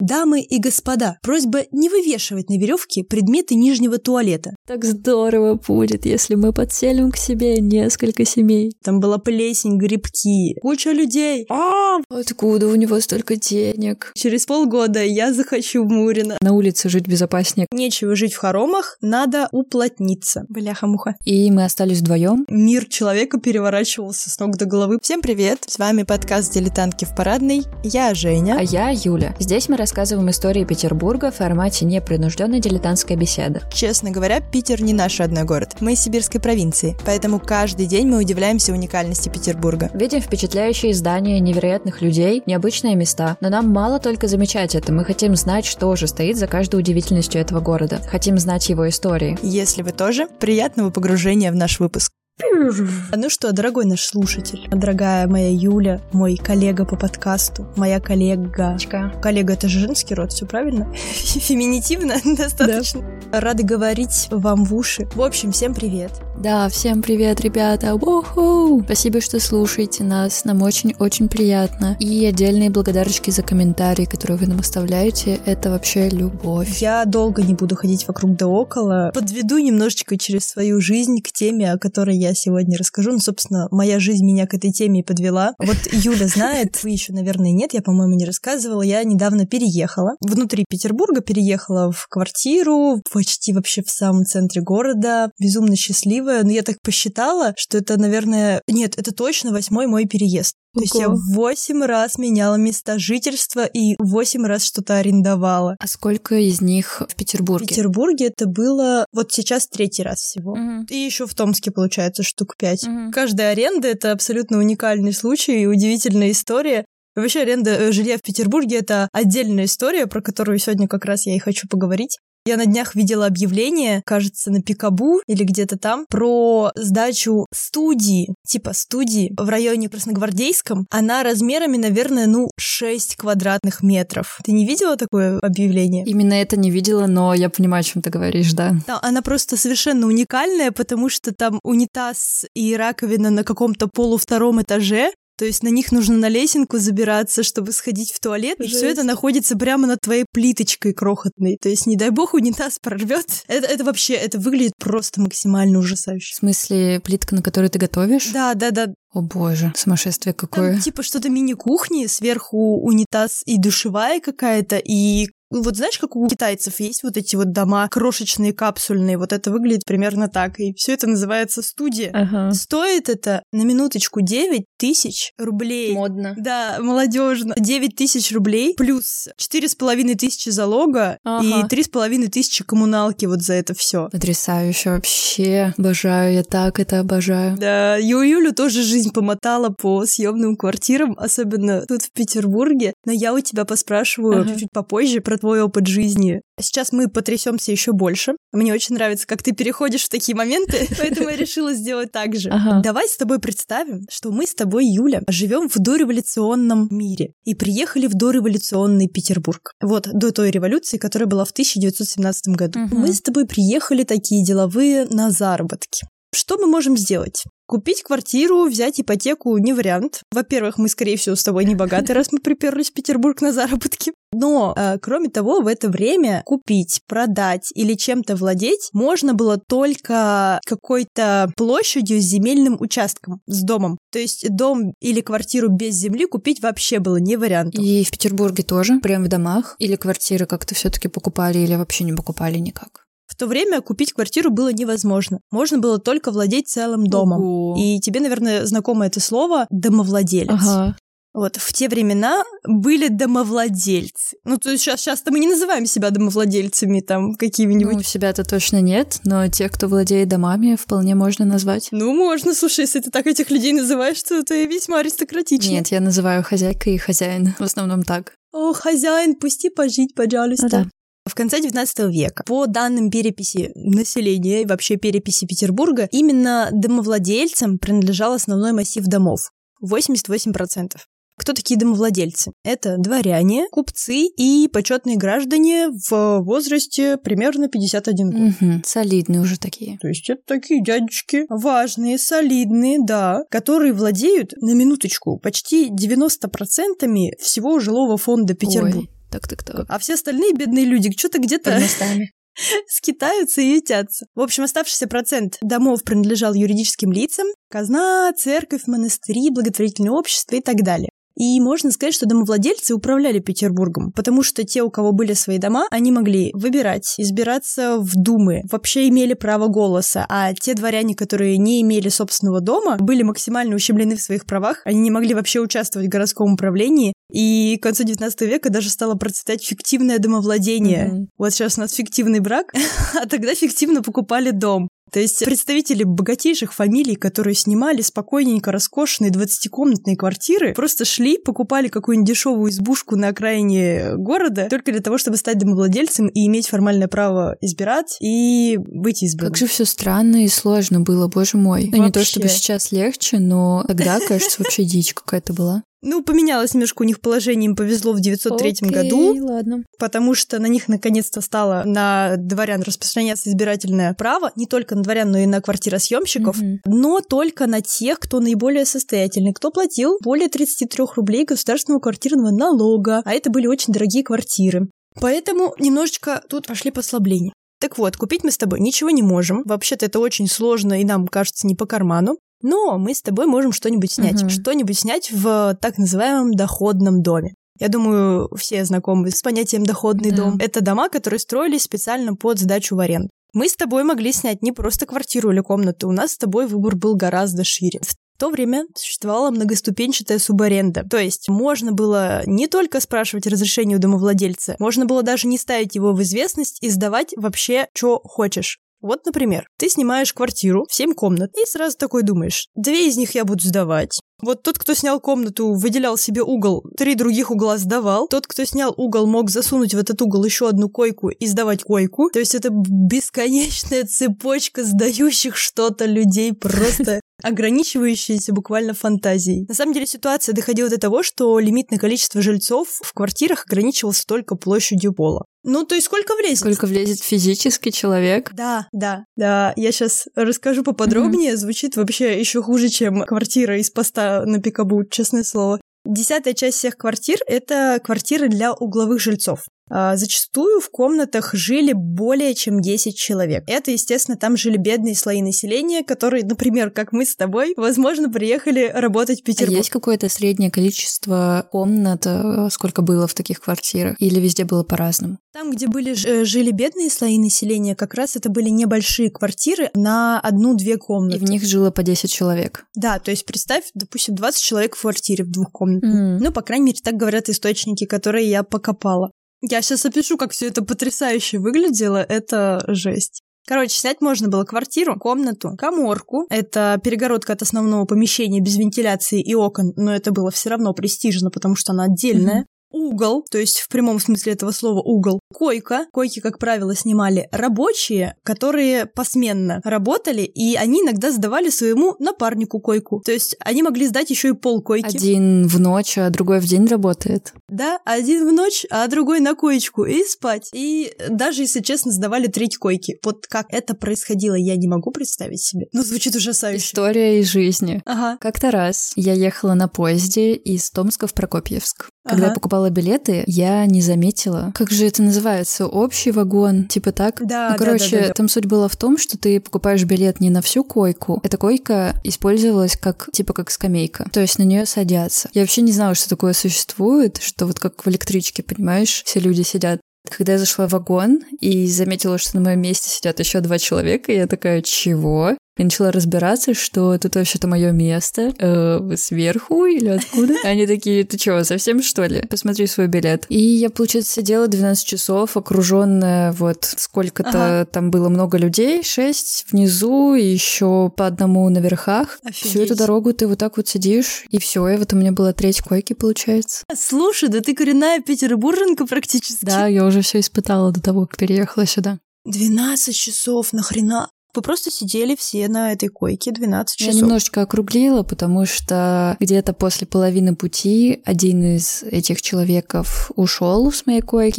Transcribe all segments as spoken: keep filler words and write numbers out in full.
Дамы и господа, просьба не вывешивать на веревке предметы нижнего туалета. Так здорово будет, если мы подселим к себе несколько семей. Там была плесень, грибки, куча людей. А, откуда у него столько денег? Через полгода я захочу в Мурино. На улице жить безопаснее. Нечего жить в хоромах, надо уплотниться. Бляха-муха. И мы остались вдвоем. Мир человека переворачивался с ног до головы. Всем привет, с вами подкаст «Дилетантки в парадной». Я Женя. А я Юля. Здесь мы рассказываем истории Петербурга в формате непринужденной дилетантской беседы. Честно говоря, Питер не наш родной город. Мы из сибирской провинции, поэтому каждый день мы удивляемся уникальности Петербурга. Видим впечатляющие здания, невероятных людей, необычные места. Но нам мало только замечать это. Мы хотим знать, что же стоит за каждой удивительностью этого города. Хотим знать его истории. Если вы тоже, приятного погружения в наш выпуск. Ну что, дорогой наш слушатель, дорогая моя Юля, мой коллега по подкасту, моя коллега. Коллега — это же женский род, все правильно? Феминитивно достаточно. Да. Рады говорить вам в уши. В общем, всем привет. Да, всем привет, ребята. Уху! Спасибо, что слушаете нас. Нам очень-очень приятно. И отдельные благодарочки за комментарии, которые вы нам оставляете. Это вообще любовь. Я долго не буду ходить вокруг да около. Подведу немножечко через свою жизнь к теме, о которой я сегодня расскажу. Ну, собственно, моя жизнь меня к этой теме и подвела. Вот Юля знает, вы еще, наверное, нет, я, по-моему, не рассказывала. Я недавно переехала. Внутри Петербурга переехала в квартиру, почти вообще в самом центре города. Безумно счастливая. Но я так посчитала, что это, наверное... Нет, это точно восьмой мой переезд. То есть я восемь раз меняла места жительства и восемь раз что-то арендовала. А сколько из них в Петербурге? В Петербурге это было вот сейчас третий раз всего. Mm-hmm. И еще в Томске, получается, штук пять. Mm-hmm. Каждая аренда — это абсолютно уникальный случай и удивительная история. И вообще аренда жилья в Петербурге — это отдельная история, про которую сегодня как раз я и хочу поговорить. Я на днях видела объявление, кажется, на Пикабу или где-то там, про сдачу студии, типа студии в районе Красногвардейском. Она размерами, наверное, ну, шесть квадратных метров. Ты не видела такое объявление? Именно это не видела, но я понимаю, о чем ты говоришь, да. Да, она просто совершенно уникальная, потому что там унитаз и раковина на каком-то полувтором этаже. То есть на них нужно на лесенку забираться, чтобы сходить в туалет, Жесть. И все это находится прямо над твоей плиточкой крохотной. То есть, не дай бог, унитаз прорвет. Это, это вообще, это выглядит просто максимально ужасающе. В смысле, плитка, на которой ты готовишь? Да, да, да. О боже, сумасшествие какое. Там типа что-то мини-кухни, сверху унитаз и душевая какая-то, и... Вот знаешь, как у китайцев есть вот эти вот дома крошечные, капсульные, вот это выглядит примерно так, и все это называется студия. Ага. Стоит это, на минуточку, девять тысяч рублей. Модно. Да, молодежно. девять тысяч рублей плюс четыре с половиной тысячи залога ага. и три с половиной тысячи коммуналки вот за это все. Потрясающе вообще. Обожаю, я так это обожаю. Да, и у Юлю тоже жизнь помотала по съемным квартирам, особенно тут в Петербурге, но я у тебя поспрашиваю ага. чуть-чуть попозже про твой опыт жизни. Сейчас мы потрясемся еще больше. Мне очень нравится, как ты переходишь в такие моменты, поэтому я решила сделать так же. Ага. Давай с тобой представим, что мы с тобой, Юля, живем в дореволюционном мире и приехали в дореволюционный Петербург. Вот, до той революции, которая была в тысяча девятьсот семнадцатом году. Угу. Мы с тобой приехали такие деловые на заработки. Что мы можем сделать? Купить квартиру, взять ипотеку — не вариант. Во-первых, мы, скорее всего, с тобой не богаты, раз мы приперлись в Петербург на заработки. Но, э, кроме того, в это время купить, продать или чем-то владеть можно было только какой-то площадью с земельным участком, с домом. То есть дом или квартиру без земли купить вообще было не вариантом. И в Петербурге тоже? Прям в домах? Или квартиры как-то все-таки покупали, или вообще не покупали никак? В то время купить квартиру было невозможно. Можно было только владеть целым домом. Ого. И тебе, наверное, знакомо это слово «домовладелец». Ага. Вот, в те времена были домовладельцы. Ну, то есть сейчас, сейчас-то мы не называем себя домовладельцами, там, какими-нибудь... Ну, себя-то точно нет, но тех, кто владеет домами, вполне можно назвать. Ну, можно, слушай, если ты так этих людей называешь, то это весьма аристократично. Нет, я называю хозяйкой и хозяин, в основном так. О, хозяин, пусти пожить, пожалуйста. А, да. В конце девятнадцатого века, по данным переписи населения и вообще переписи Петербурга, именно домовладельцам принадлежал основной массив домов – восемьдесят восемь процентов. Кто такие домовладельцы? Это дворяне, купцы и почетные граждане в возрасте примерно пятьдесят один год. Угу, солидные уже такие. То есть это такие дядечки важные, солидные, да, которые владеют, на минуточку, почти девяносто процентов всего жилого фонда Петербурга. Ой. Так-так-так. А все остальные бедные люди что-то где-то скитаются и ютятся. В общем, оставшийся процент домов принадлежал юридическим лицам, казна, церковь, монастыри, благотворительные общества и так далее. И можно сказать, что домовладельцы управляли Петербургом, потому что те, у кого были свои дома, они могли выбирать, избираться в думы, вообще имели право голоса, а те дворяне, которые не имели собственного дома, были максимально ущемлены в своих правах, они не могли вообще участвовать в городском управлении, и к концу девятнадцатого века даже стало процветать фиктивное домовладение. Mm-hmm. Вот сейчас у нас фиктивный брак, а тогда фиктивно покупали дом. То есть представители богатейших фамилий, которые снимали спокойненько роскошные двадцатикомнатные квартиры, просто шли, покупали какую-нибудь дешевую избушку на окраине города только для того, чтобы стать домовладельцем и иметь формальное право избирать и быть избранным. Как же все странно и сложно было, боже мой. Ну, не то чтобы сейчас легче, но тогда, кажется, вообще дичь какая-то была. Ну, поменялось немножко у них положение, им повезло в девятьсот третьем Окей, году, ладно. Потому что на них наконец-то стало на дворян распространяться избирательное право, не только на дворян, но и на квартиросъемщиков, mm-hmm. но только на тех, кто наиболее состоятельный, кто платил более тридцать три рублей государственного квартирного налога, а это были очень дорогие квартиры. Поэтому немножечко тут пошли послабления. Так вот, купить мы с тобой ничего не можем, вообще-то это очень сложно и нам кажется не по карману. Но мы с тобой можем что-нибудь снять. Uh-huh. Что-нибудь снять в так называемом доходном доме. Я думаю, все знакомы с понятием «доходный да. дом». Это дома, которые строились специально под сдачу в аренду. Мы с тобой могли снять не просто квартиру или комнату, у нас с тобой выбор был гораздо шире. В то время существовала многоступенчатая субаренда. То есть можно было не только спрашивать разрешение у домовладельца, можно было даже не ставить его в известность и сдавать вообще, что хочешь. Вот, например, ты снимаешь квартиру в семь комнат и сразу такой думаешь, две из них я буду сдавать. Вот тот, кто снял комнату, выделял себе угол, три других угла сдавал. Тот, кто снял угол, мог засунуть в этот угол еще одну койку и сдавать койку. То есть это бесконечная цепочка сдающих что-то людей, просто ограничивающаяся буквально фантазией. На самом деле ситуация доходила до того, что лимитное количество жильцов в квартирах ограничивался только площадью пола. Ну, то есть сколько влезет? Сколько влезет физический человек? Да, да, да. Я сейчас расскажу поподробнее. Mm-hmm. Звучит вообще еще хуже, чем квартира из поста на Пикабу, честное слово. Десятая часть всех квартир — это квартиры для угловых жильцов. А зачастую в комнатах жили более чем десять человек. Это, естественно, там жили бедные слои населения, которые, например, как мы с тобой, возможно, приехали работать в Петербург. А есть какое-то среднее количество комнат, сколько было в таких квартирах? Или везде было по-разному? Там, где были, жили бедные слои населения, как раз это были небольшие квартиры на одну-две комнаты. И в них жило по десять человек? Да, то есть представь, допустим, двадцать человек в квартире в двухкомнатной. Mm. Ну, по крайней мере, так говорят источники, которые я покопала. Я сейчас опишу, как все это потрясающе выглядело. Это жесть. Короче, снять можно было квартиру, комнату, каморку. Это перегородка от основного помещения без вентиляции и окон, но это было все равно престижно, потому что она отдельная. Mm-hmm. Угол, то есть в прямом смысле этого слова угол. Койка. Койки, как правило, снимали рабочие, которые посменно работали, и они иногда сдавали своему напарнику койку. То есть они могли сдать еще и полкойки. Один в ночь, а другой в день работает. Да, один в ночь, а другой на коечку и спать. И даже, если честно, сдавали треть койки. Вот как это происходило, я не могу представить себе. Но звучит ужасающе. История из жизни. Ага. Как-то раз я ехала на поезде из Томска в Прокопьевск. Когда ага. я покупала билеты, я не заметила, как же это называется, общий вагон, типа так. Да, ну, короче, да, да, да. там суть была в том, что ты покупаешь билет не на всю койку. Эта койка использовалась как, типа, как скамейка. То есть на нее садятся. Я вообще не знала, что такое существует, что вот как в электричке, понимаешь, все люди сидят. Когда я зашла в вагон и заметила, что на моем месте сидят еще два человека, я такая, чего? Я начала разбираться, что тут вообще-то мое место. Э, вы сверху или откуда? Они такие, ты чего, совсем что ли? Посмотри свой билет. И я, получается, сидела двенадцать часов, окруженная вот сколько-то, ага. там было много людей, шесть внизу и еще по одному на верхах. Офигеть. Всю эту дорогу ты вот так вот сидишь, и все, и вот у меня была треть койки, получается. Слушай, да ты коренная петербурженка практически. Да, я уже все испытала до того, как переехала сюда. двенадцать часов, нахрена? Вы просто сидели все на этой койке двенадцать часов. Я немножечко округлила, потому что где-то после половины пути один из этих человеков ушел с моей койки,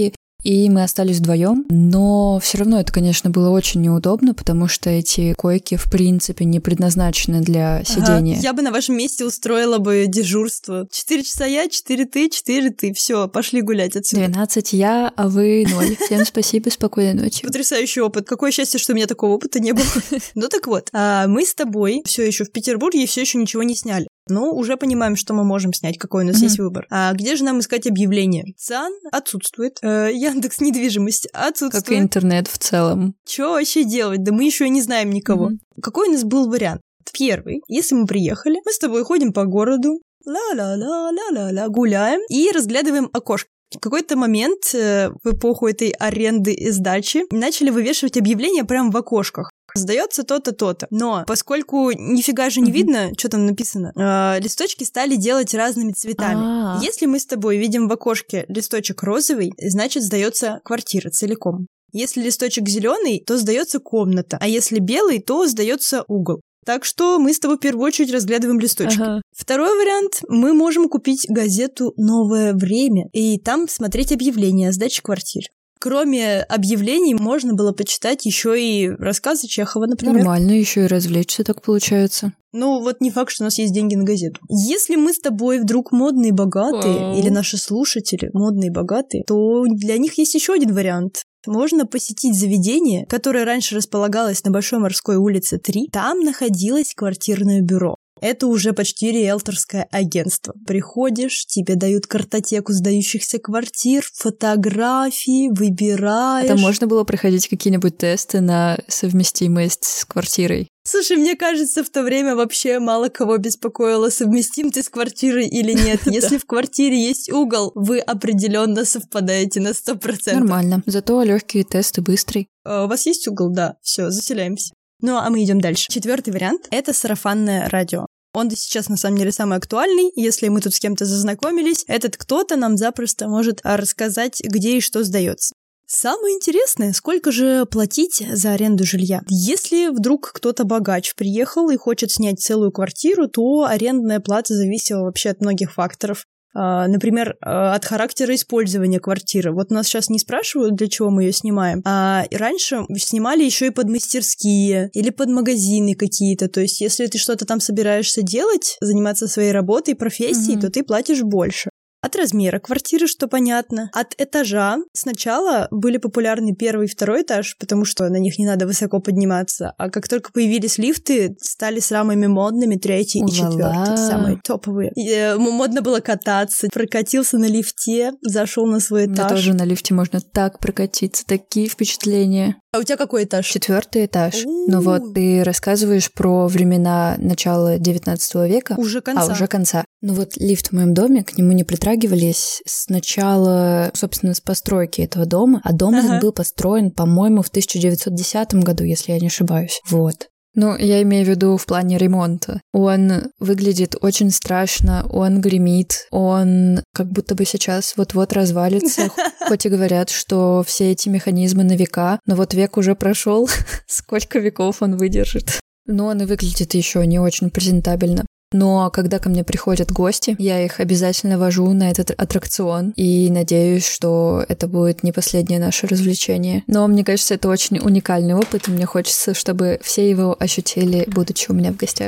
и мы остались вдвоем, но все равно это, конечно, было очень неудобно, потому что эти койки, в принципе, не предназначены для сидения. Ага, я бы на вашем месте устроила бы дежурство. Четыре часа я, четыре ты, четыре ты. Все, пошли гулять отсюда. двенадцать я, а вы ноль. Всем спасибо, спокойной ночи. Потрясающий опыт. Какое счастье, что у меня такого опыта не было. Ну так вот, мы с тобой все еще в Петербурге и все еще ничего не сняли. Ну, уже понимаем, что мы можем снять, какой у нас mm-hmm. есть выбор. А где же нам искать объявление? ЦИАН отсутствует. Э, Яндекс недвижимость отсутствует. Как и интернет в целом. Что вообще делать? Да мы еще и не знаем никого. Mm-hmm. Какой у нас был вариант? Первый. Если мы приехали, мы с тобой ходим по городу, ла-ла-ла-ла-ла-ла, гуляем и разглядываем окошко. В какой-то момент э, в эпоху этой аренды и сдачи начали вывешивать объявления прямо в окошках. Сдается то-то, то-то. Но поскольку нифига же не mm-hmm. видно, что там написано, э, листочки стали делать разными цветами. А-а-а. Если мы с тобой видим в окошке листочек розовый, значит, сдается квартира целиком. Если листочек зеленый, то сдается комната. А если белый, то сдается угол. Так что мы с тобой в первую очередь разглядываем листочки. Ага. Второй вариант. Мы можем купить газету «Новое время» и там смотреть объявления о сдаче квартир. Кроме объявлений, можно было почитать еще и рассказы Чехова, например. Нормально, еще и развлечься так получается. Ну, вот не факт, что у нас есть деньги на газету. Если мы с тобой вдруг модные, богатые, Вау. Или наши слушатели модные, богатые, то для них есть еще один вариант. Можно посетить заведение, которое раньше располагалось на Большой морской улице три. Там находилось квартирное бюро. Это уже почти риэлторское агентство. Приходишь, тебе дают картотеку сдающихся квартир, фотографии, выбираешь. Это можно было проходить какие-нибудь тесты на совместимость с квартирой? Слушай, мне кажется, в то время вообще мало кого беспокоило, совместим ты с квартирой или нет. Если в квартире есть угол, вы определенно совпадаете на сто процентов. Нормально. Зато легкие тесты быстрый. У вас есть угол? Да. Все, заселяемся. Ну, а мы идем дальше. Четвертый вариант — это сарафанное радио. Он сейчас, на самом деле, самый актуальный. Если мы тут с кем-то зазнакомились, этот кто-то нам запросто может рассказать, где и что сдается. Самое интересное, сколько же платить за аренду жилья? Если вдруг кто-то богач приехал и хочет снять целую квартиру, то арендная плата зависела вообще от многих факторов. Например, от характера использования квартиры. Вот нас сейчас не спрашивают, для чего мы ее снимаем, а раньше снимали еще и под мастерские или под магазины какие-то. То есть, если ты что-то там собираешься делать, заниматься своей работой, профессией, mm-hmm. то ты платишь больше. От размера квартиры, что понятно. От этажа. Сначала были популярны первый и второй этаж, потому что на них не надо высоко подниматься. А как только появились лифты, стали самыми модными третий и четвертый. Самые топовые. И, э, модно было кататься. Прокатился на лифте, зашел на свой этаж. Мне тоже на лифте можно так прокатиться. Такие впечатления. А у тебя какой этаж? Четвертый этаж. У-у-у. Ну вот, ты рассказываешь про времена начала девятнадцатого века. Уже конца. А, уже конца. Ну вот лифт в моем доме, к нему не притрагивались с начала, собственно, с постройки этого дома. А дом ага. этот был построен, по-моему, в тысяча девятьсот десятом году, если я не ошибаюсь. Вот. Ну, я имею в виду в плане ремонта. Он выглядит очень страшно, он гремит, он как будто бы сейчас вот-вот развалится. Хоть и говорят, что все эти механизмы на века, но вот век уже прошел, сколько веков он выдержит. Но он и выглядит еще не очень презентабельно. Но когда ко мне приходят гости, я их обязательно вожу на этот аттракцион и надеюсь, что это будет не последнее наше развлечение. Но мне кажется, это очень уникальный опыт, и мне хочется, чтобы все его ощутили, будучи у меня в гостях.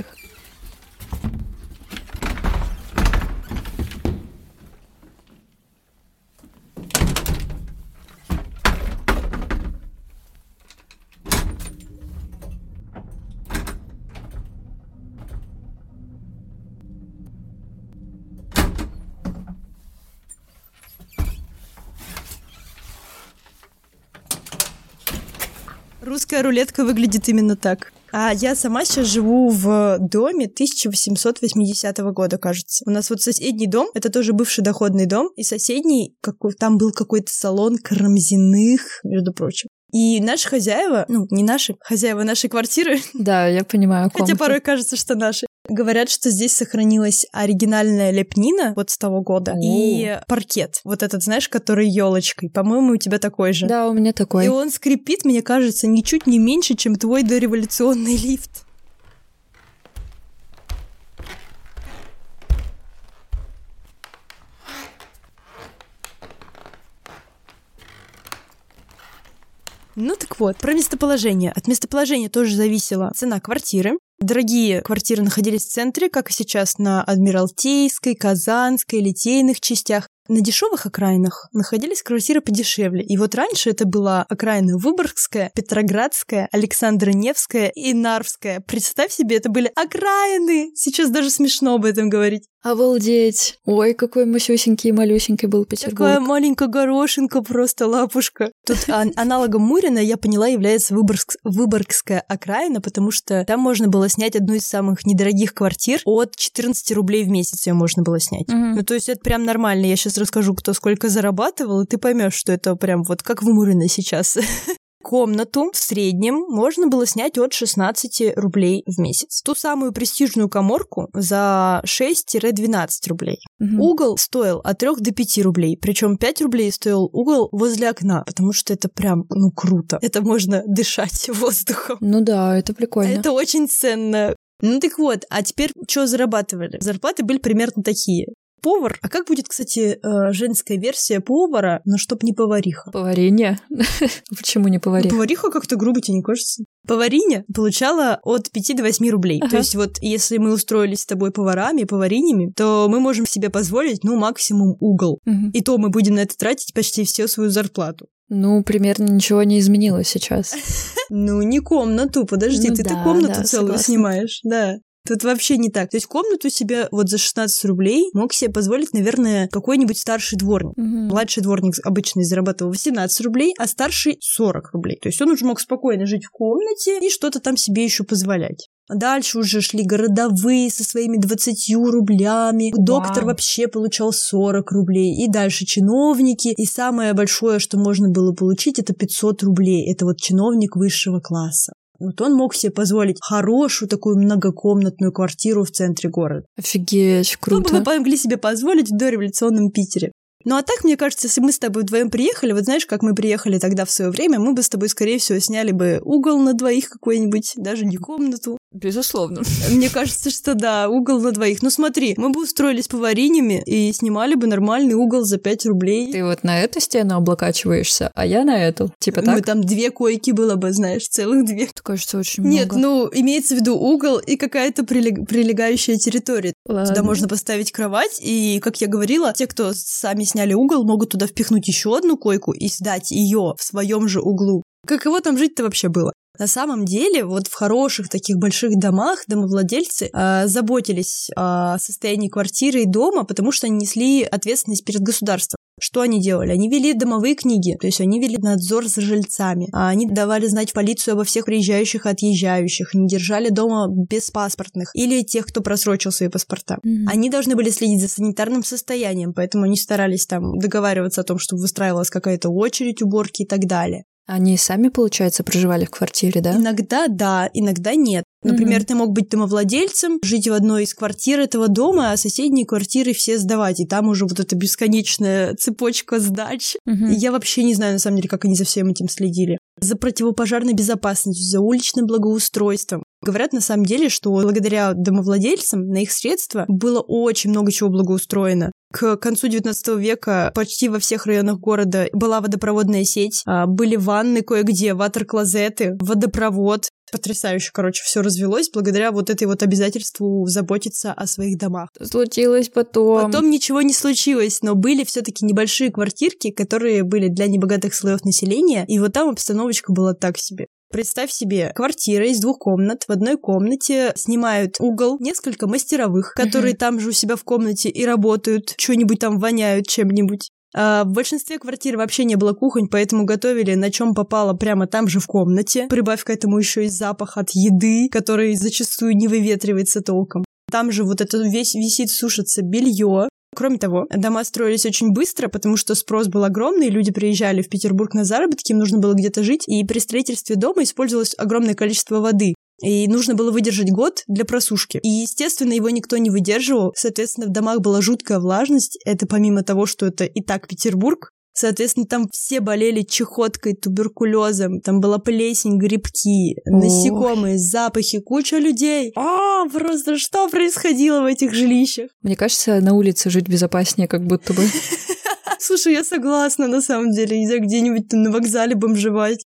Русская рулетка выглядит именно так. А я сама сейчас живу в доме тысяча восемьсот восьмидесятого года, кажется. У нас вот соседний дом, это тоже бывший доходный дом, и соседний, какой, там был какой-то салон Карамзиных, между прочим. И наши хозяева, ну, не наши, хозяева нашей квартиры. Да, я понимаю, о ком Хотя ты. порой кажется, что наши. Говорят, что здесь сохранилась оригинальная лепнина вот с того года. О. И паркет. Вот этот, знаешь, который елочкой. По-моему, у тебя такой же. Да, у меня такой. И он скрипит, мне кажется, ничуть не меньше, чем твой дореволюционный лифт. Ну так вот, про местоположение. От местоположения тоже зависела цена квартиры. Дорогие квартиры находились в центре, как и сейчас, на Адмиралтейской, Казанской, Литейных частях. На дешевых окраинах находились квартиры подешевле. И вот раньше это была окраина Выборгская, Петроградская, Александро-Невская и Нарвская. Представь себе, это были окраины! Сейчас даже смешно об этом говорить. Обалдеть! Ой, какой масюсенький и малюсенький был Петербург. Такая маленькая горошинка, просто лапушка. Тут ан- аналогом Мурина, я поняла, является Выборгск- Выборгская окраина, потому что там можно было снять одну из самых недорогих квартир. От четырнадцать рублей в месяц ее можно было снять. Угу. Ну, то есть это прям нормально. Я сейчас расскажу, кто сколько зарабатывал, и ты поймешь, что это прям вот как в Мурино сейчас. Комнату в среднем можно было снять от шестнадцать рублей в месяц. Ту самую престижную каморку за шесть-двенадцать рублей. Угу. Угол стоил от трёх до пяти рублей. Причем пять рублей стоил угол возле окна, потому что это прям, ну, круто. Это можно дышать воздухом. Ну да, это прикольно. Это очень ценно. Ну так вот, а теперь что зарабатывали? Зарплаты были примерно такие. Повар. А как будет, кстати, женская версия повара, но чтоб не повариха? Повариня? Почему не повариха? Повариха как-то грубо, тебе не кажется? Повариня получала от пяти до восьми рублей. Ага. То есть вот если мы устроились с тобой поварами, поваринями, то мы можем себе позволить, ну, максимум угол. Угу. И то мы будем на это тратить почти всю свою зарплату. Ну, примерно ничего не изменилось сейчас. Ну, не комнату, подожди, ты-то комнату целую снимаешь, да. Тут вообще не так. То есть комнату себе вот за шестнадцать рублей мог себе позволить, наверное, какой-нибудь старший дворник. Угу. Младший дворник обычно зарабатывал восемнадцать рублей, а старший сорок рублей. То есть он уже мог спокойно жить в комнате и что-то там себе еще позволять. Дальше уже шли городовые со своими двадцатью рублями. Доктор Вау. Вообще получал сорок рублей. И дальше чиновники. И самое большое, что можно было получить, это пятьсот рублей. Это вот чиновник высшего класса. Вот он мог себе позволить хорошую такую многокомнатную квартиру в центре города. Офигеть, круто. Что бы мы могли себе позволить в дореволюционном Питере? Ну а так, мне кажется, если мы с тобой вдвоем приехали, вот знаешь, как мы приехали тогда в свое время, мы бы с тобой, скорее всего, сняли бы угол на двоих какой-нибудь, даже не комнату. Безусловно. Мне кажется, что да, угол на двоих. Ну смотри, мы бы устроились поваринями и снимали бы нормальный угол за пять рублей. Ты вот на эту стену облокачиваешься, а я на эту. Типа так? Мы там две койки было бы, знаешь, целых две. Это, кажется, очень Нет, много. ну, имеется в виду угол и какая-то прилег... прилегающая территория. Ладно. Туда можно поставить кровать, и, как я говорила, те, кто сами сняли угол, могут туда впихнуть еще одну койку и сдать ее в своем же углу. Каково там жить-то вообще было? На самом деле, вот в хороших таких больших домах домовладельцы э, заботились о состоянии квартиры и дома, потому что они несли ответственность перед государством. Что они делали? Они вели домовые книги, то есть они вели надзор за жильцами. Они давали знать в полицию обо всех приезжающих и отъезжающих, не держали дома беспаспортных или тех, кто просрочил свои паспорта. Mm-hmm. Они должны были следить за санитарным состоянием, поэтому они старались там договариваться о том, чтобы выстраивалась какая-то очередь уборки и так далее. Они сами, получается, проживали в квартире, да? Иногда да, иногда нет. Например, mm-hmm. ты мог быть домовладельцем, жить в одной из квартир этого дома, а соседние квартиры все сдавать. И там уже вот эта бесконечная цепочка сдач. Mm-hmm. И я вообще не знаю, на самом деле, как они за всем этим следили. За противопожарной безопасностью, за уличным благоустройством. Говорят, на самом деле, что благодаря домовладельцам на их средства было очень много чего благоустроено. К концу девятнадцатого века почти во всех районах города была водопроводная сеть, были ванны кое-где, ватер-клозеты, водопровод. Потрясающе, короче, все развелось благодаря вот этой вот обязательству заботиться о своих домах. Случилось потом. Потом ничего не случилось, но были все-таки небольшие квартирки, которые были для небогатых слоев населения, и вот там обстановочка была так себе. Представь себе, квартира из двух комнат. В одной комнате снимают угол, несколько мастеровых, которые uh-huh. там же у себя в комнате и работают, что-нибудь там воняют чем-нибудь. А в большинстве квартир вообще не было кухонь, поэтому готовили на чем попало прямо там же в комнате. Прибавь к этому еще и запах от еды, который зачастую не выветривается толком. Там же вот это весь висит, сушится белье. Кроме того, дома строились очень быстро, потому что спрос был огромный, люди приезжали в Петербург на заработки, им нужно было где-то жить, и при строительстве дома использовалось огромное количество воды. И нужно было выдержать год для просушки. И, естественно, его никто не выдерживал. Соответственно, в домах была жуткая влажность. Это помимо того, что это и так Петербург. Соответственно, там все болели чехоткой, туберкулезом. Там была плесень, грибки, насекомые, Ой. запахи, куча людей. А, просто что происходило в этих жилищах? Мне кажется, на улице жить безопаснее, как будто бы. Слушай, я согласна, на самом деле. Нельзя где-нибудь там на вокзале бомжевать.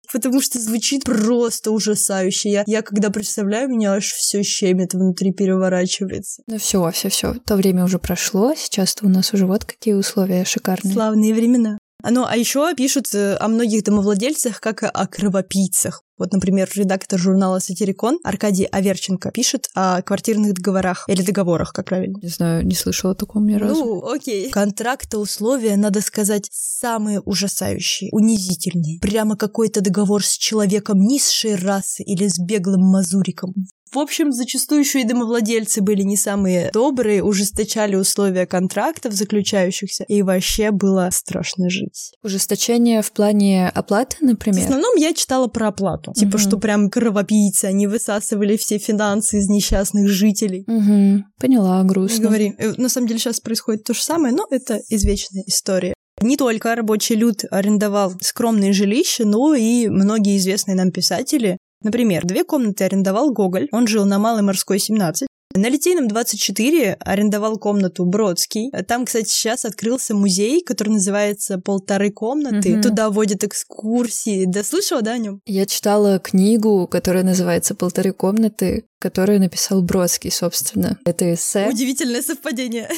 потому что звучит просто ужасающе. Я, я когда представляю, меня аж все щемит, внутри переворачивается. Ну все, все, все. То время уже прошло, сейчас-то у нас уже вот какие условия шикарные. Славные времена. Ну, а еще пишут о многих домовладельцах как о кровопийцах. Вот, например, редактор журнала «Сатирикон» Аркадий Аверченко пишет о квартирных договорах. Или договорах, как правильно. Не знаю, не слышала о таком ни разу. Ну, окей. Контракты, условия, надо сказать, самые ужасающие, унизительные. Прямо какой-то договор с человеком низшей расы или с беглым мазуриком. В общем, зачастую еще и домовладельцы были не самые добрые, ужесточали условия контрактов заключающихся, и вообще было страшно жить. Ужесточение в плане оплаты, например? В основном я читала про оплату. Mm-hmm. Типа, что прям кровопийцы, они высасывали все финансы из несчастных жителей. Угу, поняла, грустно. Не говори. На самом деле сейчас происходит то же самое, но это извечная история. Не только рабочий люд арендовал скромные жилища, но и многие известные нам писатели. Например, две комнаты арендовал Гоголь, он жил на Малой Морской, семнадцать. На Литейном, двадцать четыре арендовал комнату Бродский. Там, кстати, сейчас открылся музей, который называется «Полторы комнаты». Mm-hmm. Туда водят экскурсии. Да слышала, да, о нем? Я читала книгу, которая называется «Полторы комнаты», которую написал Бродский, собственно. Это эссе. Удивительное совпадение.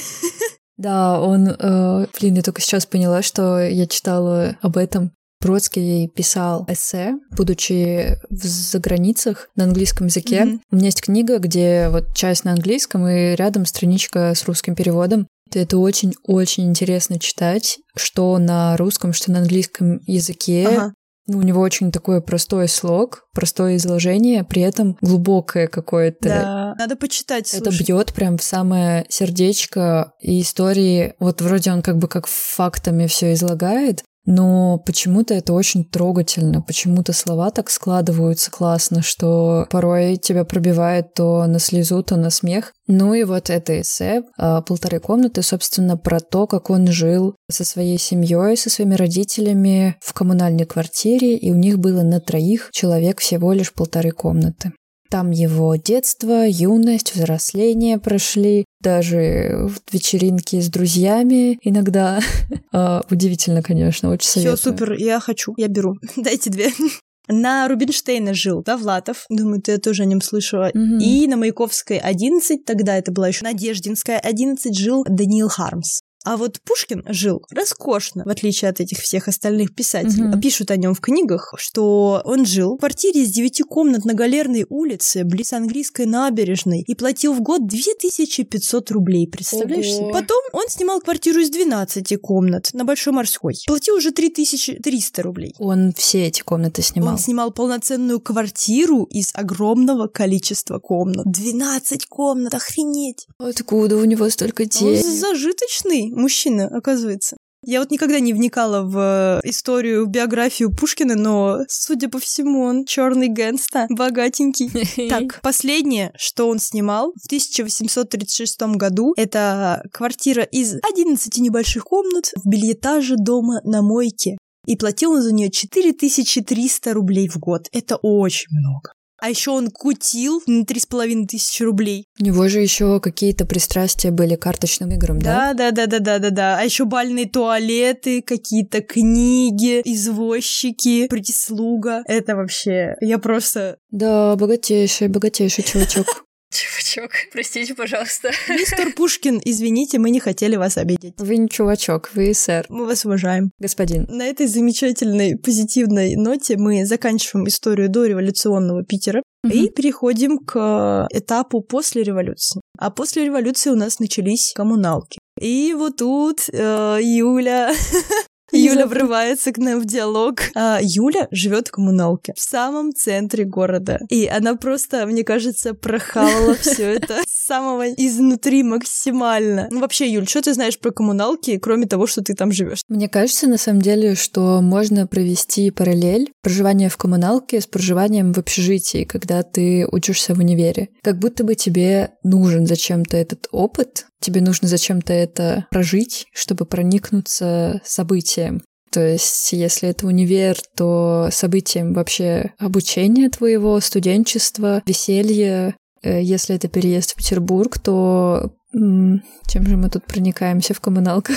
Да, он... Э, блин, я только сейчас поняла, что я читала об этом. Бродский писал эссе, будучи в заграницах на английском языке. Mm-hmm. У меня есть книга, где вот часть на английском и рядом страничка с русским переводом. Это очень-очень интересно читать, что на русском, что на английском языке. Ага. Ну, у него очень такой простой слог, простое изложение, при этом глубокое какое-то. Да, надо почитать, слушай. Это бьет прям в самое сердечко, и истории, вот вроде он как бы как фактами все излагает, но почему-то это очень трогательно, почему-то слова так складываются классно, что порой тебя пробивает то на слезу, то на смех. Ну и вот это эссе «Полторы комнаты», собственно, про то, как он жил со своей семьей, со своими родителями в коммунальной квартире, и у них было на троих человек всего лишь полторы комнаты. Там его детство, юность, взросление прошли, даже вечеринки с друзьями иногда. Удивительно, конечно, очень советую. Все супер, я хочу, я беру. Дайте две. На Рубинштейна жил Довлатов, думаю, ты тоже о нем слышала. Mm-hmm. И на Маяковской одиннадцать, тогда это была еще Надеждинская одиннадцать, жил Даниил Хармс. А вот Пушкин жил роскошно, в отличие от этих всех остальных писателей. Mm-hmm. Пишут о нем в книгах, что он жил в квартире из девяти комнат на Галерной улице, близ английской набережной, и платил в год две тысячи пятьсот рублей, представляешь? Ого. Потом он снимал квартиру из двенадцати комнат на Большой Морской. Платил уже три тысячи триста рублей. Он все эти комнаты снимал? Он снимал полноценную квартиру из огромного количества комнат. двенадцать комнат, охренеть! Откуда у него столько денег? Он зажиточный мужчина, оказывается. Я вот никогда не вникала в историю, в биографию Пушкина, но, судя по всему, он черный гэнгста, богатенький. Так, последнее, что он снимал в тысяча восемьсот тридцать шестом году, это квартира из одиннадцати небольших комнат в бельэтаже дома на Мойке. И платил он за нее четыре тысячи триста рублей в год. Это очень много. А еще он кутил на три с половиной тысячи рублей. У него же еще какие-то пристрастия были к карточным играм, да? Да, да, да, да, да, да, да. А еще бальные туалеты, какие-то книги, извозчики, прислуга. Это вообще... Я просто... Да, богатейший, богатейший чувачок. Чувачок, простите, пожалуйста. Мистер Пушкин, извините, мы не хотели вас обидеть. Вы не чувачок, вы сэр. Мы вас уважаем. Господин. На этой замечательной, позитивной ноте мы заканчиваем историю дореволюционного Питера угу. и переходим к этапу после революции. А после революции у нас начались коммуналки. И вот тут э, Юля... Юля врывается к нам в диалог. А Юля живет в коммуналке в самом центре города. И она просто, мне кажется, прохавала все это с самого изнутри максимально. Ну вообще, Юль, что ты знаешь про коммуналки, кроме того, что ты там живешь? Мне кажется, на самом деле, что можно провести параллель проживания в коммуналке с проживанием в общежитии, когда ты учишься в универе. Как будто бы тебе нужен зачем-то этот опыт, тебе нужно зачем-то это прожить, чтобы проникнуться событием. То есть, если это универ, то событием вообще обучения твоего, студенчества, веселья. Если это переезд в Петербург, то Чем же мы тут проникаемся в коммуналках?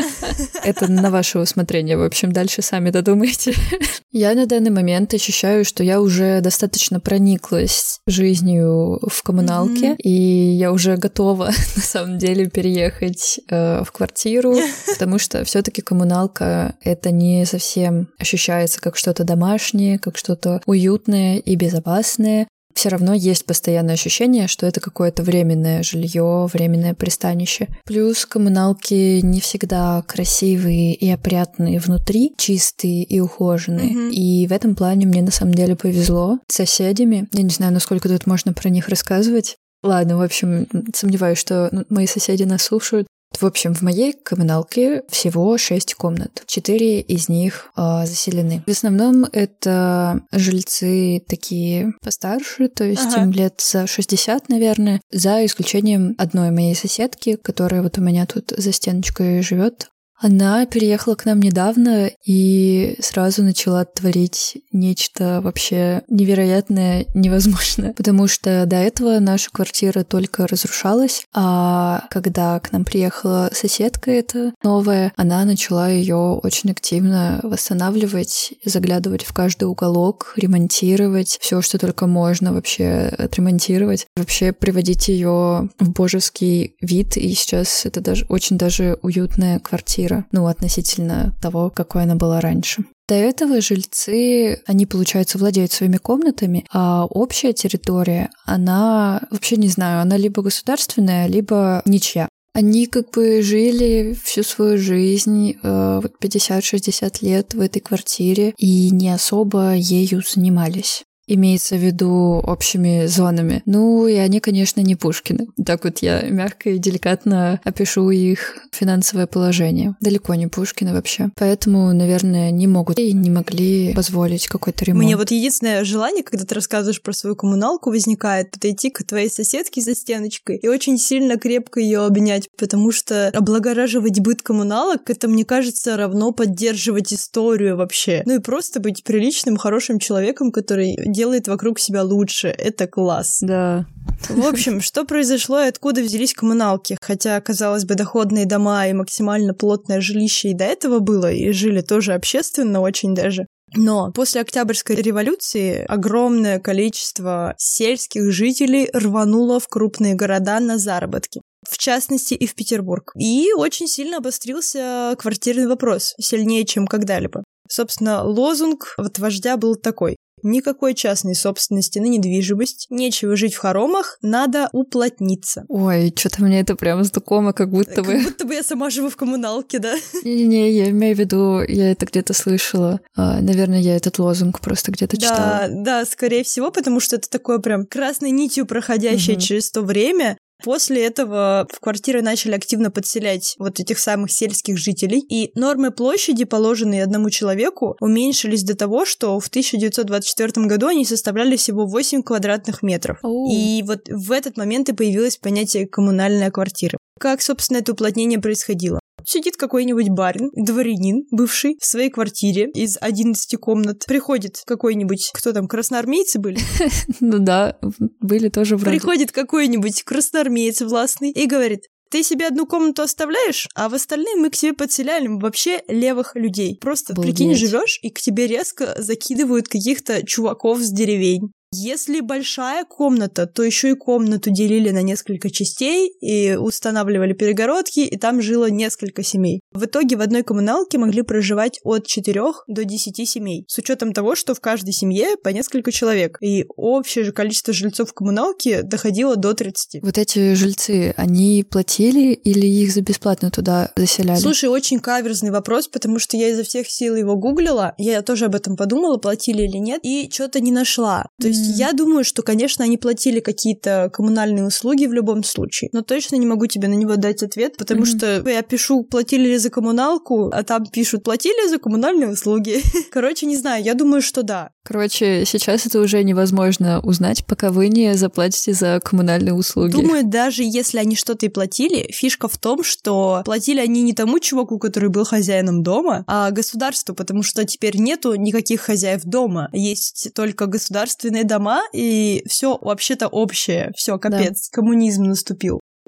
Это на ваше усмотрение. В общем, дальше сами додумайте. Я на данный момент ощущаю, что я уже достаточно прониклась жизнью в коммуналке, mm-hmm. и я уже готова, на самом деле, переехать э, в квартиру, потому что все-таки коммуналка — это не совсем ощущается как что-то домашнее, как что-то уютное и безопасное. Все равно есть постоянное ощущение, что это какое-то временное жилье, временное пристанище. Плюс коммуналки не всегда красивые и опрятные внутри, чистые и ухоженные. Mm-hmm. И в этом плане мне на самом деле повезло с соседями. Я не знаю, насколько тут можно про них рассказывать. Ладно, в общем, сомневаюсь, что мои соседи нас слушают. В общем, в моей коммуналке всего шесть комнат. Четыре из них э, заселены. В основном это жильцы такие постарше, то есть ага. им лет за шестьдесят, наверное, за исключением одной моей соседки, которая вот у меня тут за стеночкой живет. Она переехала к нам недавно и сразу начала творить нечто вообще невероятное, невозможное. Потому что до этого наша квартира только разрушалась, а когда к нам приехала соседка эта новая, она начала ее очень активно восстанавливать, заглядывать в каждый уголок, ремонтировать все, что только можно вообще отремонтировать, вообще приводить ее в божеский вид. И сейчас это даже очень даже уютная квартира. Ну, относительно того, какой она была раньше. До этого жильцы, они, получается, владеют своими комнатами, а общая территория, она, вообще не знаю, она либо государственная, либо ничья. Они как бы жили всю свою жизнь, э, вот пятьдесят-шестьдесят лет в этой квартире и не особо ею занимались. Имеется в виду общими зонами. Ну, и они, конечно, не Пушкины. Так вот я мягко и деликатно опишу их финансовое положение. Далеко не Пушкины вообще. Поэтому, наверное, не могут и не могли позволить какой-то ремонт. Мне вот единственное желание, когда ты рассказываешь про свою коммуналку, возникает подойти к твоей соседке за стеночкой и очень сильно крепко ее обнять, потому что облагораживать быт коммуналок, это, мне кажется, равно поддерживать историю вообще. Ну и просто быть приличным, хорошим человеком, который делает вокруг себя лучше. Это класс. Да. В общем, что произошло и откуда взялись коммуналки? Хотя, казалось бы, доходные дома и максимально плотное жилище и до этого было, и жили тоже общественно очень даже. Но после Октябрьской революции огромное количество сельских жителей рвануло в крупные города на заработки. В частности, и в Петербург. И очень сильно обострился квартирный вопрос, сильнее, чем когда-либо. Собственно, лозунг от вождя был такой: никакой частной собственности на недвижимость, нечего жить в хоромах, надо уплотниться. Ой, что-то мне это прямо знакомо, как будто бы... Как будто бы я сама живу в коммуналке, да? Не-не-не, я имею в виду, я это где-то слышала. А, наверное, я этот лозунг просто где-то да, читала. Да, скорее всего, потому что это такое прям красной нитью проходящее угу. через то время. После этого в квартиры начали активно подселять вот этих самых сельских жителей, и нормы площади, положенные одному человеку, уменьшились до того, что в тысяча девятьсот двадцать четвёртом году они составляли всего восемь квадратных метров. Oh. И вот в этот момент и появилось понятие «коммунальная квартира». Как, собственно, это уплотнение происходило? Сидит какой-нибудь барин, дворянин, бывший, в своей квартире из одиннадцати комнат. Приходит какой-нибудь, кто там, красноармейцы были? Ну да, были тоже вроде. Приходит какой-нибудь красноармеец властный и говорит: ты себе одну комнату оставляешь, а в остальные мы к себе подселяем вообще левых людей. Просто, Обалдеть. Прикинь, живешь, и к тебе резко закидывают каких-то чуваков с деревень. Если большая комната, то еще и комнату делили на несколько частей и устанавливали перегородки, и там жило несколько семей. В итоге в одной коммуналке могли проживать от четырёх до десяти семей, с учетом того, что в каждой семье по несколько человек, и общее же количество жильцов в коммуналке доходило до тридцати. Вот эти жильцы, они платили или их за бесплатно туда заселяли? Слушай, очень каверзный вопрос, потому что я изо всех сил его гуглила, я тоже об этом подумала, платили или нет, и что-то не нашла. То есть я думаю, что, конечно, они платили какие-то коммунальные услуги в любом случае, но точно не могу тебе на него дать ответ, потому mm-hmm. что я пишу, платили ли за коммуналку, а там пишут, платили за коммунальные услуги. Короче, не знаю, я думаю, что да. Короче, сейчас это уже невозможно узнать, пока вы не заплатите за коммунальные услуги. Думаю, даже если они что-то и платили, фишка в том, что платили они не тому чуваку, который был хозяином дома, а государству, потому что теперь нету никаких хозяев дома. Есть только государственные дома, и все вообще-то общее. Все, капец, да. Коммунизм наступил.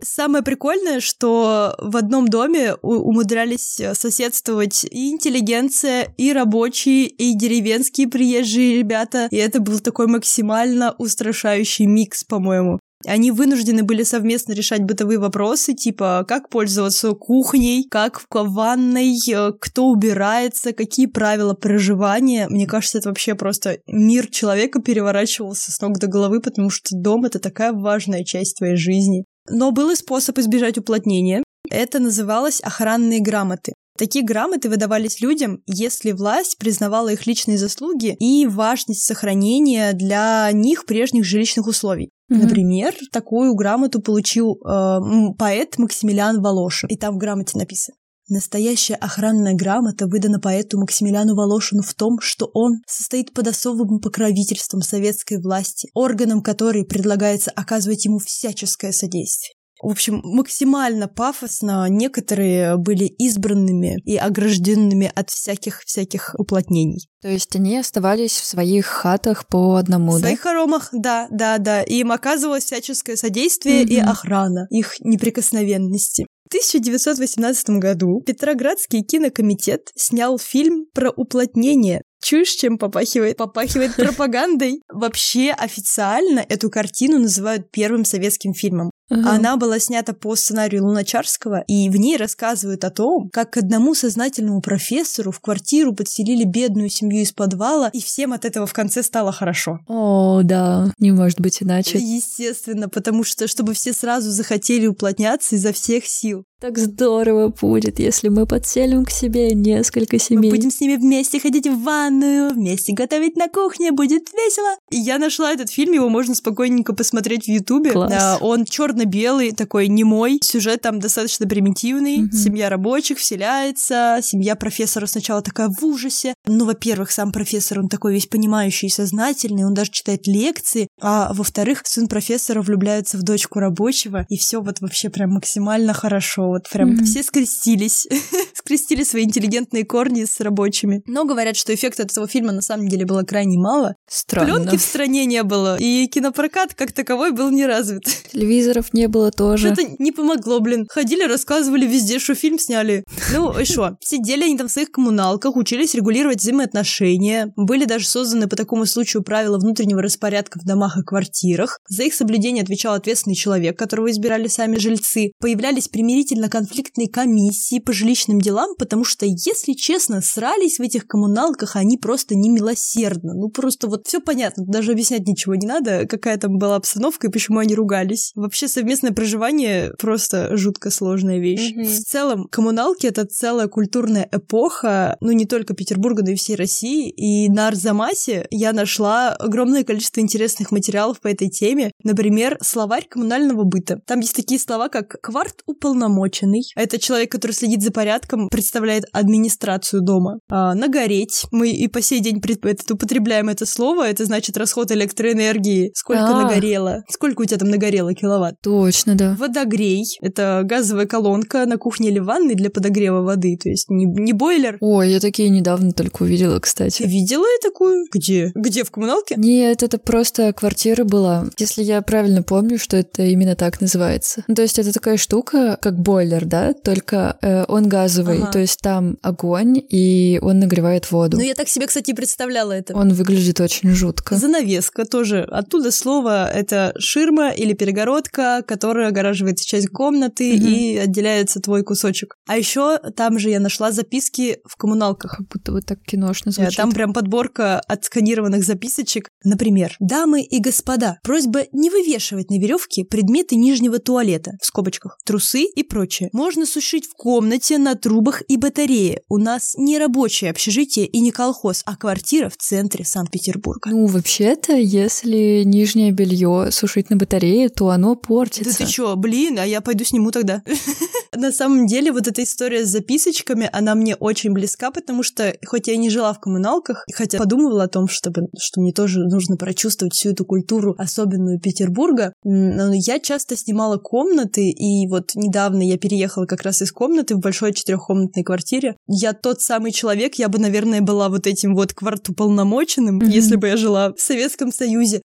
Самое прикольное, что в одном доме умудрялись соседствовать и интеллигенция, и рабочие, и деревенские приезжие ребята. И это был такой максимально устрашающий микс, по-моему. Они вынуждены были совместно решать бытовые вопросы, типа как пользоваться кухней, как в ванной, кто убирается, какие правила проживания. Мне кажется, это вообще просто мир человека переворачивался с ног до головы, потому что дом — это такая важная часть твоей жизни. Но был и способ избежать уплотнения. Это называлось охранные грамоты. Такие грамоты выдавались людям, если власть признавала их личные заслуги и важность сохранения для них прежних жилищных условий. Mm-hmm. Например, такую грамоту получил э, поэт Максимилиан Волошин. И там в грамоте написано: настоящая охранная грамота выдана поэту Максимилиану Волошину в том, что он состоит под особым покровительством советской власти, органам которой предлагается оказывать ему всяческое содействие. В общем, максимально пафосно. Некоторые были избранными и огражденными от всяких-всяких уплотнений. То есть они оставались в своих хатах по одному, да? В своих хоромах, да, да, да. И им оказывалось всяческое содействие mm-hmm. и охрана их неприкосновенности. В тысяча девятьсот восемнадцатом году Петроградский кинокомитет снял фильм про уплотнение. Чуешь, чем попахивает? Попахивает пропагандой. Вообще официально эту картину называют первым советским фильмом. Uh-huh. Она была снята по сценарию Луначарского, и в ней рассказывают о том, как к одному сознательному профессору в квартиру подселили бедную семью из подвала, и всем от этого в конце стало хорошо. О, да, не может быть иначе. Естественно, потому что, чтобы все сразу захотели уплотняться изо всех сил. Так здорово будет, если мы подселим к себе несколько семей. Мы будем с ними вместе ходить в ванную, вместе готовить на кухне, будет весело. И я нашла этот фильм, его можно спокойненько посмотреть в Ютубе. Класс. Он черно-белый, такой немой, сюжет там достаточно примитивный. Mm-hmm. Семья рабочих вселяется, семья профессора сначала такая в ужасе. Ну, во-первых, сам профессор, он такой весь понимающий и сознательный, он даже читает лекции. А во-вторых, сын профессора влюбляется в дочку рабочего, и все вот вообще прям максимально хорошо. Вот прям mm-hmm. все скрестились. Скрестили свои интеллигентные корни с рабочими. Но говорят, что эффекта от этого фильма на самом деле было крайне мало. Странно. Пленки в стране не было, и кинопрокат как таковой был не развит. Телевизоров не было тоже. Это не помогло, блин. Ходили, рассказывали везде, что фильм сняли. Ну и что? Сидели они там в своих коммуналках, учились регулировать взаимоотношения. Были даже созданы по такому случаю правила внутреннего распорядка в домах и квартирах. За их соблюдение отвечал ответственный человек, которого избирали сами жильцы. Появлялись примирительно-конфликтные комиссии по жилищным делам, потому что, если честно, срались в этих коммуналках они просто немилосердно. Ну просто вот все понятно, даже объяснять ничего не надо, какая там была обстановка и почему они ругались. Вообще совместное проживание просто жутко сложная вещь. Mm-hmm. В целом, коммуналки — это целая культурная эпоха, ну не только Петербурга, но и всей России. И на Арзамасе я нашла огромное количество интересных материалов по этой теме. Например, словарь коммунального быта. Там есть такие слова, как «кварт-уполномоченный». Это человек, который следит за порядком, представляет администрацию дома. А, «нагореть». Мы и по сей день пред... это, употребляем это слово. Это значит расход электроэнергии. Сколько А-а-а. нагорело? Сколько у тебя там нагорело киловатт? Точно, да. «Водогрей». Это газовая колонка на кухне или ванной для подогрева воды. То есть не, не бойлер. Ой, я такие недавно только увидела, кстати. Ты видела я такую? Где? Где, в коммуналке? Нет, это просто квартира была. Если я правильно помню, что это именно так называется. Ну, то есть это такая штука, как бойлер, да? Только э, он газовый. Ага. То есть там огонь, и он нагревает воду. Ну, я так себе, кстати, представляла это. Он выглядит очень жутко. Занавеска тоже. Оттуда слово — это ширма или перегородка, которая огораживает часть комнаты угу. и отделяется твой кусочек. А еще там же я нашла записки в коммуналках. Как будто вот так киношно звучит. Там прям подборка отсканированных записочек. Например: «Дамы и господа, просьба не вывешивать на веревке предметы нижнего туалета, в скобочках, трусы и прочее. Можно сушить в комнате, на трубах и батарее. У нас не рабочее общежитие и не колхоз, а квартира в центре Санкт-Петербурга». Ну, вообще-то, если нижнее белье сушить на батарее, то оно портится. Да ты чё, блин, а я пойду сниму тогда. На самом деле, вот эта история с записочками, она мне очень близка, потому что, хоть я и не жила в коммуналках, хотя подумывала о том, чтобы, что мне тоже нужно прочувствовать всю эту культуру, особенную Петербурга, но я часто снимала комнаты, и вот недавно я переехала как раз из комнаты в большой четырехкомнатной квартире. Я тот самый человек, я бы, наверное, была вот этим вот квартуполномоченным, mm-hmm. если бы я жила в Советском Союзе.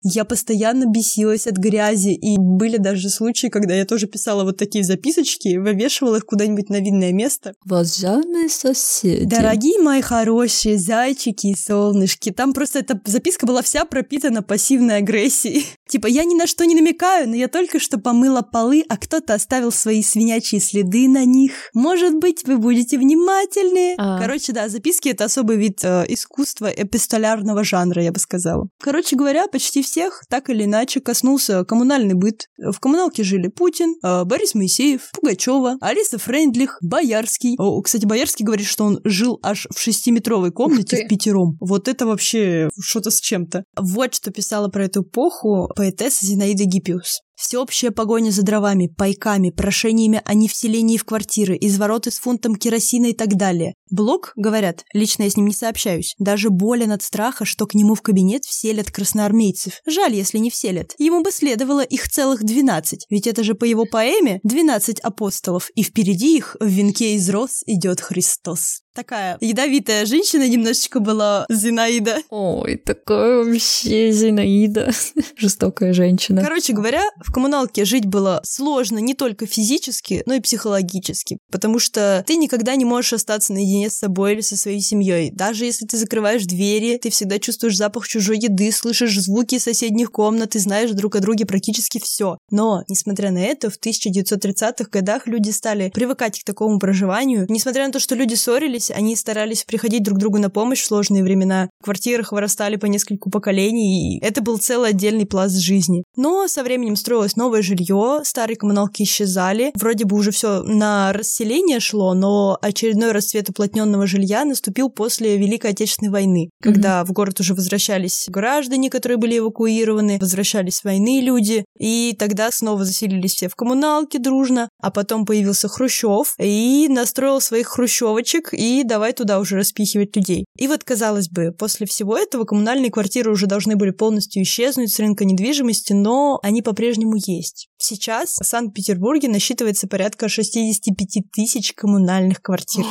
Я постоянно бесилась от грязи, и были даже случаи, когда я тоже писала вот такие записочки, вывешивала их куда-нибудь на видное место. Уважаемые соседи. Дорогие мои хорошие зайчики и солнышки, там просто эта записка была вся пропитана пассивной агрессией. Типа, я ни на что не намекаю, но я только что помыла полы, а кто-то оставил свои свинячьи следы на них. Может быть, вы будете внимательнее. А. Короче, да, записки — это особый вид э, искусства эпистолярного жанра, я бы сказала. Короче говоря, почти всех так или иначе коснулся коммунальный быт. В коммуналке жили Путин, э, Борис Моисеев, Пугачева, Алиса Фрейндлих, Боярский. О, кстати, Боярский говорит, что он жил аж в шестиметровой комнате в пятером. Вот это вообще что-то с чем-то. Вот что писала про эту эпоху поэтесса Зинаида Гиппиус. Всеобщая погоня за дровами, пайками, прошениями о невселении в квартиры, извороты с фунтом керосина и так далее. Блок, говорят, лично я с ним не сообщаюсь, даже болен от страха, что к нему в кабинет вселят красноармейцев. Жаль, если не вселят. Ему бы следовало их целых двенадцать, ведь это же по его поэме двенадцать апостолов, и впереди их в венке из роз идет Христос. Такая ядовитая женщина немножечко была Зинаида. Ой, такая вообще Зинаида. Жестокая женщина. Короче говоря, в коммуналке жить было сложно не только физически, но и психологически, потому что ты никогда не можешь остаться наедине с собой или со своей семьей. Даже если ты закрываешь двери, ты всегда чувствуешь запах чужой еды, слышишь звуки соседних комнат и знаешь друг о друге практически все. Но, несмотря на это, в тысяча девятьсот тридцатых годах люди стали привыкать к такому проживанию. Несмотря на то, что люди ссорились, они старались приходить друг другу на помощь в сложные времена. В квартирах вырастали по нескольку поколений, и это был целый отдельный пласт жизни. Но со временем строилось новое жилье, старые коммуналки исчезали. Вроде бы уже все на расселение шло, но очередной расцвет уплотненного жилья наступил после Великой Отечественной войны, mm-hmm. когда в город уже возвращались граждане, которые были эвакуированы, возвращались с войны люди, и тогда снова заселились все в коммуналке дружно, а потом появился Хрущев и настроил своих хрущевочек, и давай туда уже распихивать людей. И вот, казалось бы, после всего этого коммунальные квартиры уже должны были полностью исчезнуть с рынка недвижимости, но они по-прежнему есть. Сейчас в Санкт-Петербурге насчитывается порядка шестьдесят пять тысяч коммунальных квартир.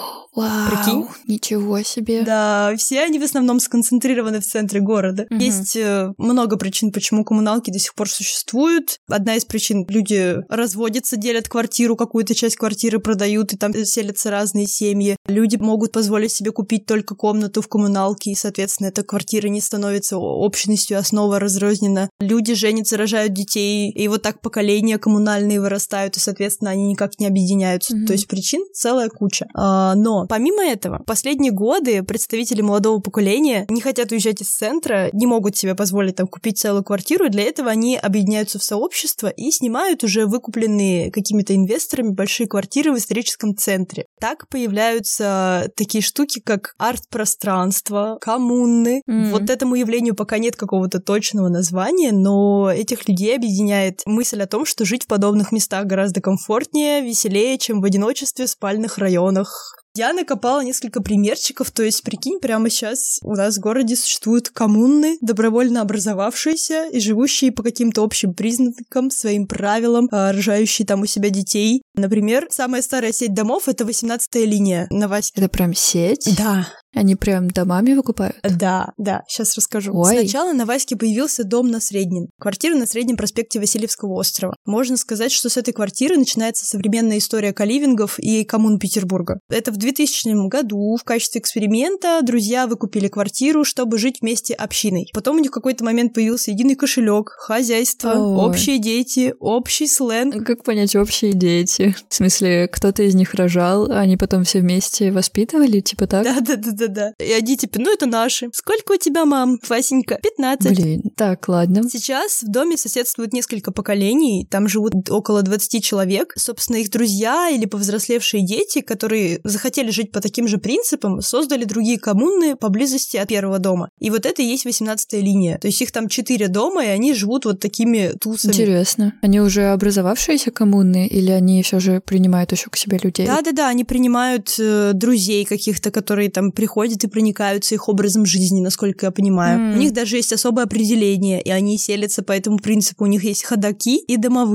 Вау, прикинь? Ничего себе. Да, все они в основном сконцентрированы в центре города. Угу. Есть э, много причин, почему коммуналки до сих пор существуют. Одна из причин — люди разводятся, делят квартиру, какую-то часть квартиры продают, и там селятся разные семьи. Люди могут позволить себе купить только комнату в коммуналке, и, соответственно, эта квартира не становится общностью, а снова разрознена. Люди женятся, рожают детей, и вот так поколения коммунальные вырастают, и, соответственно, они никак не объединяются. Угу. То есть причин целая куча. А, но помимо этого, в последние годы представители молодого поколения не хотят уезжать из центра, не могут себе позволить там купить целую квартиру, и для этого они объединяются в сообщество и снимают уже выкупленные какими-то инвесторами большие квартиры в историческом центре. Так появляются такие штуки, как арт-пространство, коммуны. Mm-hmm. Вот этому явлению пока нет какого-то точного названия, но этих людей объединяет мысль о том, что жить в подобных местах гораздо комфортнее, веселее, чем в одиночестве в спальных районах. Я накопала несколько примерчиков, то есть, прикинь, прямо сейчас у нас в городе существуют коммуны, добровольно образовавшиеся и живущие по каким-то общим признакам, своим правилам, рожающие там у себя детей. Например, самая старая сеть домов — это восемнадцатая линия на Ваське. Это прям сеть? Да. Они прям домами выкупают? Да, да, сейчас расскажу. Ой. Сначала на Ваське появился дом на Среднем. Квартира на Среднем проспекте Васильевского острова. Можно сказать, что с этой квартиры начинается современная история каливингов и коммун Петербурга. Это в двухтысячном году в качестве эксперимента друзья выкупили квартиру, чтобы жить вместе общиной. Потом у них в какой-то момент появился единый кошелек, хозяйство, Ой. общие дети, общий сленг. Как понять общие дети? В смысле, кто-то из них рожал, а они потом все вместе воспитывали, типа так? Да-да-да. Да-да. И они типа, ну это наши. Сколько у тебя, мам? Васенька? пятнадцать. Блин, так, ладно. Сейчас в доме соседствует несколько поколений, там живут около двадцати человек. Собственно, их друзья или повзрослевшие дети, которые захотели жить по таким же принципам, создали другие коммуны поблизости от первого дома. И вот это и есть восемнадцатая линия. То есть их там четыре дома, и они живут вот такими тусами. Интересно. Они уже образовавшиеся коммуны, или они все же принимают еще к себе людей? Да-да-да, они принимают э, друзей каких-то, которые там приходят ходят и проникаются их образом жизни, насколько я понимаю. Mm. У них даже есть особое определение, и они селятся по этому принципу. У них есть ходаки и домовые.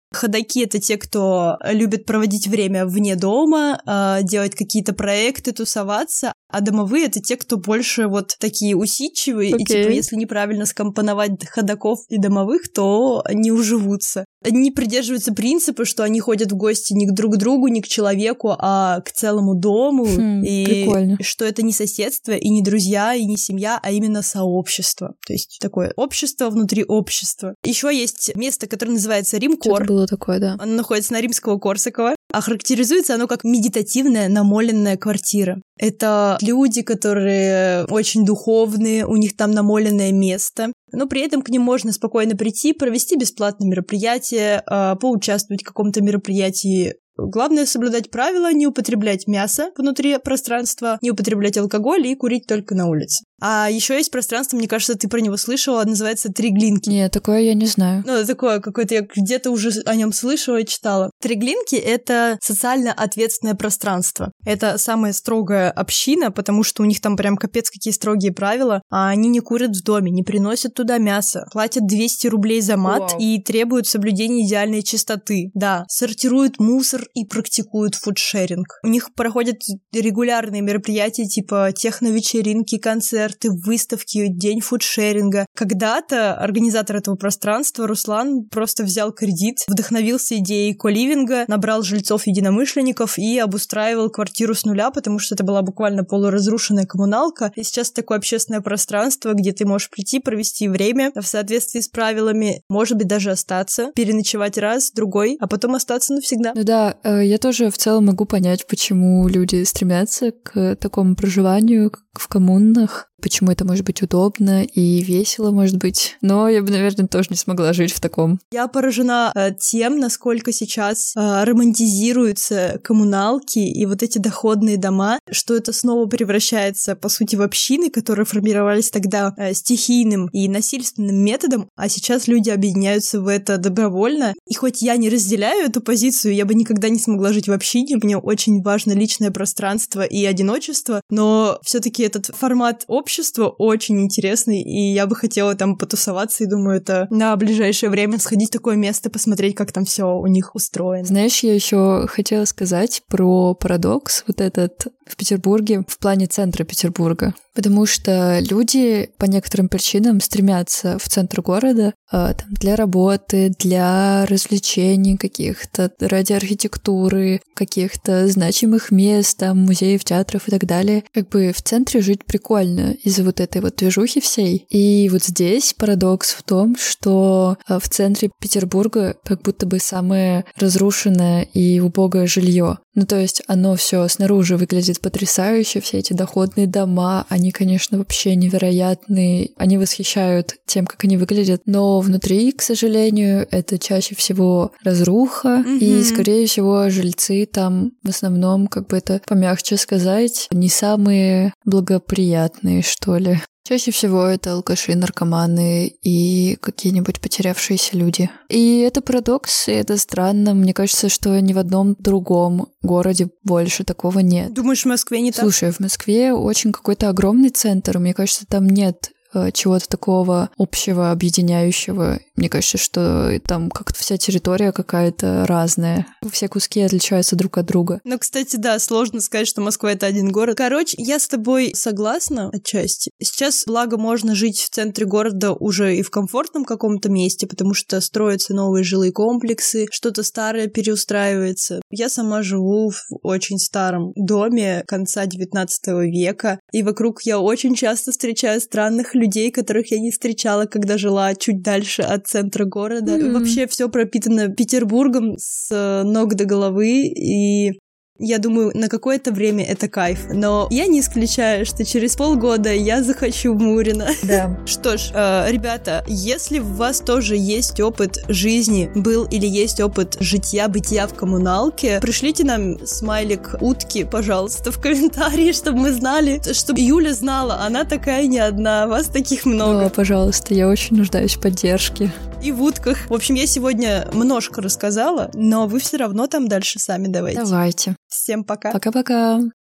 Ходаки — это те, кто любит проводить время вне дома, делать какие-то проекты, тусоваться, а домовые — это те, кто больше вот такие усидчивые, okay. и типа если неправильно скомпоновать ходаков и домовых, то они уживутся. Они придерживаются принципа, что они ходят в гости не к друг другу, не к человеку, а к целому дому. Хм, и прикольно. Что это не соседство, и не друзья, и не семья, а именно сообщество. То есть такое общество внутри общества. Еще есть место, которое называется Римкор. Что-то было такое, да. Оно находится на Римского-Корсакова. А характеризуется оно как медитативная намоленная квартира. Это люди, которые очень духовные, у них там намоленное место, но при этом к ним можно спокойно прийти, провести бесплатное мероприятие, поучаствовать в каком-то мероприятии. Главное — соблюдать правила, не употреблять мясо внутри пространства, не употреблять алкоголь и курить только на улице. А еще есть пространство, мне кажется, ты про него слышала, называется Триглинки. Нет, такое я не знаю. Ну, такое какое-то, я где-то уже о нем слышала и читала. Триглинки — это социально ответственное пространство. Это самая строгая община, потому что у них там прям капец какие строгие правила, а они не курят в доме, не приносят туда мясо, платят двести рублей за мат Вау. и требуют соблюдения идеальной чистоты. Да, сортируют мусор и практикуют фудшеринг. У них проходят регулярные мероприятия типа техновечеринки, концерты, выставки, день фудшеринга. Когда-то организатор этого пространства Руслан просто взял кредит, вдохновился идеей коливинга, набрал жильцов-единомышленников и обустраивал квартиру с нуля, потому что это была буквально полуразрушенная коммуналка. И сейчас такое общественное пространство, где ты можешь прийти, провести время в соответствии с правилами, может быть, даже остаться, переночевать раз, другой, а потом остаться навсегда. Ну да, я тоже в целом могу понять, почему люди стремятся к такому проживанию в коммунах, почему это может быть удобно и весело, может быть. Но я бы, наверное, тоже не смогла жить в таком. Я поражена э, тем, насколько сейчас э, романтизируются коммуналки и вот эти доходные дома, что это снова превращается, по сути, в общины, которые формировались тогда э, стихийным и насильственным методом, а сейчас люди объединяются в это добровольно. И хоть я не разделяю эту позицию, я бы никогда не смогла жить в общине, мне очень важно личное пространство и одиночество, но все-таки этот формат общества очень интересный, и я бы хотела там потусоваться, и думаю, это на ближайшее время сходить в такое место, посмотреть, как там все у них устроено. Знаешь, я еще хотела сказать про парадокс вот этот в Петербурге, в плане центра Петербурга, потому что люди по некоторым причинам стремятся в центр города э, там, для работы, для развлечений каких-то, ради архитектуры, каких-то значимых мест, там, музеев, театров и так далее. Как бы в центре жить прикольно из-за вот этой вот движухи всей. И вот здесь парадокс в том, что в центре Петербурга как будто бы самое разрушенное и убогое жилье. Ну, то есть оно все снаружи выглядит потрясающе, все эти доходные дома, они, конечно, вообще невероятные, они восхищают тем, как они выглядят, но внутри, к сожалению, это чаще всего разруха, mm-hmm. и, скорее всего, жильцы там в основном, как бы это помягче сказать, не самые благоприятные, что ли. Чаще всего это алкаши, наркоманы и какие-нибудь потерявшиеся люди. И это парадокс, и это странно. Мне кажется, что ни в одном другом городе больше такого нет. Думаешь, в Москве не так? Слушай, в Москве очень какой-то огромный центр, мне кажется, там нет чего-то такого общего, объединяющего. Мне кажется, что там как-то вся территория какая-то разная. Все куски отличаются друг от друга. Ну, кстати, да, сложно сказать, что Москва — это один город. Короче, я с тобой согласна отчасти. Сейчас, благо, можно жить в центре города уже и в комфортном каком-то месте, потому что строятся новые жилые комплексы, что-то старое переустраивается. Я сама живу в очень старом доме конца девятнадцатого века, и вокруг я очень часто встречаю странных людей, которых я не встречала, когда жила чуть дальше от центра города. Mm-hmm. Вообще все пропитано Петербургом с ног до головы, и я думаю, на какое-то время это кайф. Но я не исключаю, что через полгода я захочу в Мурино. Да. Что ж, э, ребята, если у вас тоже есть опыт жизни, был или есть опыт житья-бытия в коммуналке, пришлите нам смайлик утки, пожалуйста, в комментарии, чтобы мы знали, чтобы Юля знала, она такая не одна, вас таких много. О, пожалуйста, я очень нуждаюсь в поддержке. И в утках. В общем, я сегодня немножко рассказала, но вы все равно там дальше сами давайте. Давайте. Всем пока. Пока-пока.